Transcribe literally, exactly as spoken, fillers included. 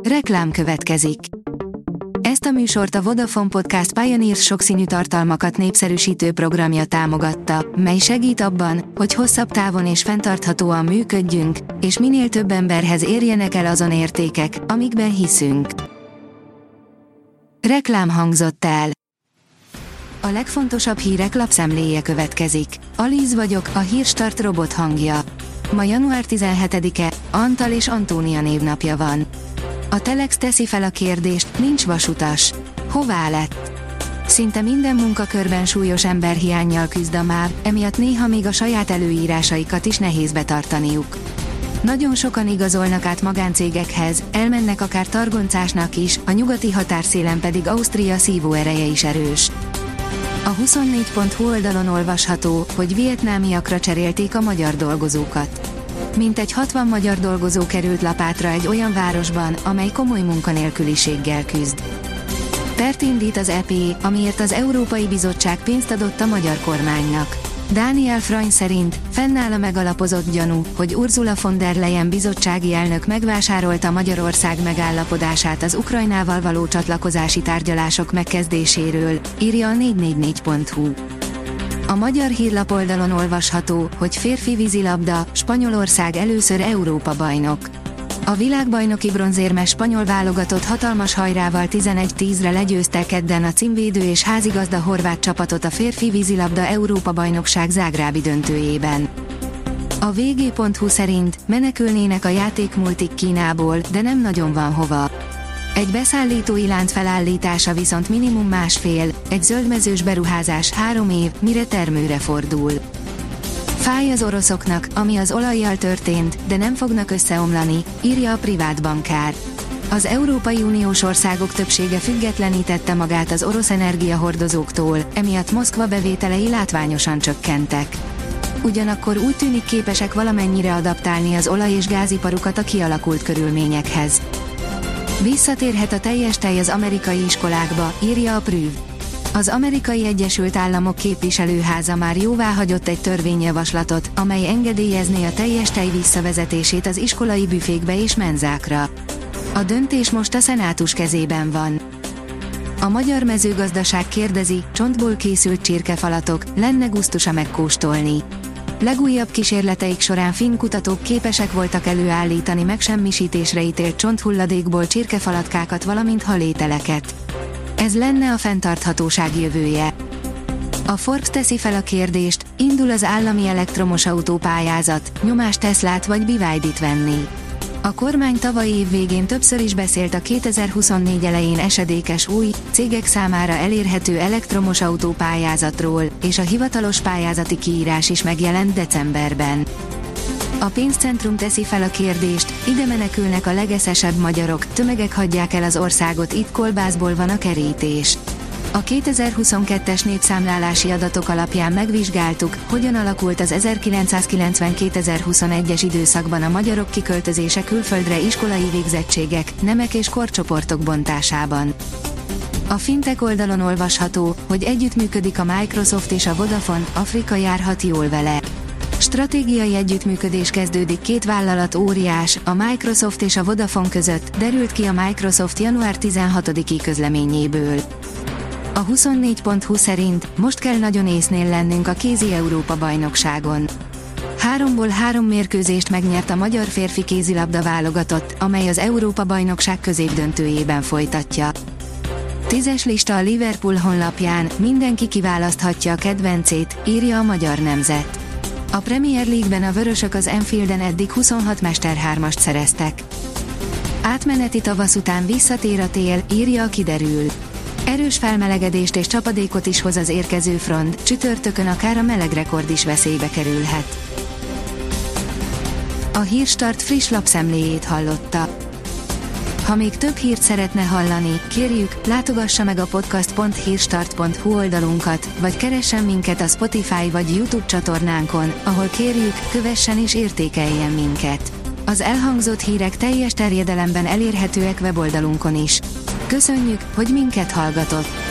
Reklám következik. Ezt a műsort a Vodafone Podcast Pioneers sokszínű tartalmakat népszerűsítő programja támogatta, mely segít abban, hogy hosszabb távon és fenntarthatóan működjünk, és minél több emberhez érjenek el azon értékek, amikben hiszünk. Reklám hangzott el. A legfontosabb hírek lapszemléje következik. Alíz vagyok, a Hírstart robot hangja. Ma január tizenhetedike, Antal és Antónia névnapja van. A Telex teszi fel a kérdést, nincs vasutas. Hová lett? Szinte minden munkakörben súlyos emberhiánnyal küzd a MÁV, emiatt néha még a saját előírásaikat is nehéz betartaniuk. Nagyon sokan igazolnak át magáncégekhez, elmennek akár targoncásnak is, a nyugati határszélen pedig Ausztria szívóereje is erős. A huszonnégy pont hu oldalon olvasható, hogy vietnámiakra cserélték a magyar dolgozókat. Mintegy hatvan magyar dolgozó került lapátra egy olyan városban, amely komoly munkanélküliséggel küzd. Pert indít az é pé, amiért az Európai Bizottság pénzt adott a magyar kormánynak. Daniel Freund szerint fennáll a megalapozott gyanú, hogy Ursula von der Leyen bizottsági elnök megvásárolta Magyarország megállapodását az Ukrajnával való csatlakozási tárgyalások megkezdéséről, írja a négy négy négy pont hu. A magyar hírlapoldalon olvasható, hogy férfi vízilabda, Spanyolország először Európa-bajnok. A világbajnoki bronzérmes spanyol válogatott hatalmas hajrával tizenegy tízre legyőzte kedden a címvédő és házigazda horvát csapatot a férfi vízilabda Európa-bajnokság zágrábi döntőjében. A vé gé pont hu szerint menekülnének a játékmultik Kínából, de nem nagyon van hova. Egy beszállítói lánc felállítása viszont minimum másfél, egy zöldmezős beruházás három év, mire termőre fordul. Fáj az oroszoknak, ami az olajjal történt, de nem fognak összeomlani, írja a privát bankár. Az Európai Uniós országok többsége függetlenítette magát az orosz energiahordozóktól, emiatt Moszkva bevételei látványosan csökkentek. Ugyanakkor úgy tűnik képesek valamennyire adaptálni az olaj- és gáziparukat a kialakult körülményekhez. Visszatérhet a teljes tej az amerikai iskolákba, írja a Prüv. Az Amerikai Egyesült Államok képviselőháza már jóváhagyott egy törvényjavaslatot, amely engedélyezné a teljes tej visszavezetését az iskolai büfékbe és menzákra. A döntés most a szenátus kezében van. A magyar mezőgazdaság kérdezi, csontból készült csirkefalatok, lenne gusztusa megkóstolni. Legújabb kísérleteik során finn kutatók képesek voltak előállítani megsemmisítésre ítélt csonthulladékból csirkefalatkákat, valamint halételeket. Ez lenne a fenntarthatóság jövője. A Forbes teszi fel a kérdést, indul az állami elektromos autópályázat, nyomás Teslát vagy bé vé dé-t venni. A kormány tavalyi év végén többször is beszélt a kétezer-huszonnégy elején esedékes új, cégek számára elérhető elektromos autópályázatról, és a hivatalos pályázati kiírás is megjelent decemberben. A pénzcentrum teszi fel a kérdést, ide menekülnek a legeszesebb magyarok, tömegek hagyják el az országot, itt kolbászból van a kerítés. A kétezer-huszonkettes népszámlálási adatok alapján megvizsgáltuk, hogyan alakult az ezerkilencszázkilencven-kétezer-huszonegyes időszakban a magyarok kiköltözése külföldre iskolai végzettségek, nemek és korcsoportok bontásában. A Fintech oldalon olvasható, hogy együttműködik a Microsoft és a Vodafone, Afrika járhat jól vele. Stratégiai együttműködés kezdődik két vállalat óriás, a Microsoft és a Vodafone között, derült ki a Microsoft január tizenhatodiki közleményéből. A huszonnégy pont hu szerint most kell nagyon észnél lennünk a kézi Európa-bajnokságon. Háromból három mérkőzést megnyert a magyar férfi kézilabda válogatott, amely az Európa-bajnokság középdöntőjében folytatja. Tízes lista a Liverpool honlapján, mindenki kiválaszthatja a kedvencét, írja a Magyar Nemzet. A Premier League-ben a vörösök az Anfielden eddig huszonhat mesterhármast szereztek. Átmeneti tavasz után visszatér a tél, írja a Kiderül. Erős felmelegedést és csapadékot is hoz az érkező front, csütörtökön akár a melegrekord is veszélybe kerülhet. A Hírstart friss lapszemléjét hallotta. Ha még több hírt szeretne hallani, kérjük, látogassa meg a podcast pont hírstart pont hu oldalunkat, vagy keressen minket a Spotify vagy YouTube csatornánkon, ahol kérjük, kövessen és értékeljen minket. Az elhangzott hírek teljes terjedelemben elérhetőek weboldalunkon is. Köszönjük, hogy minket hallgatott!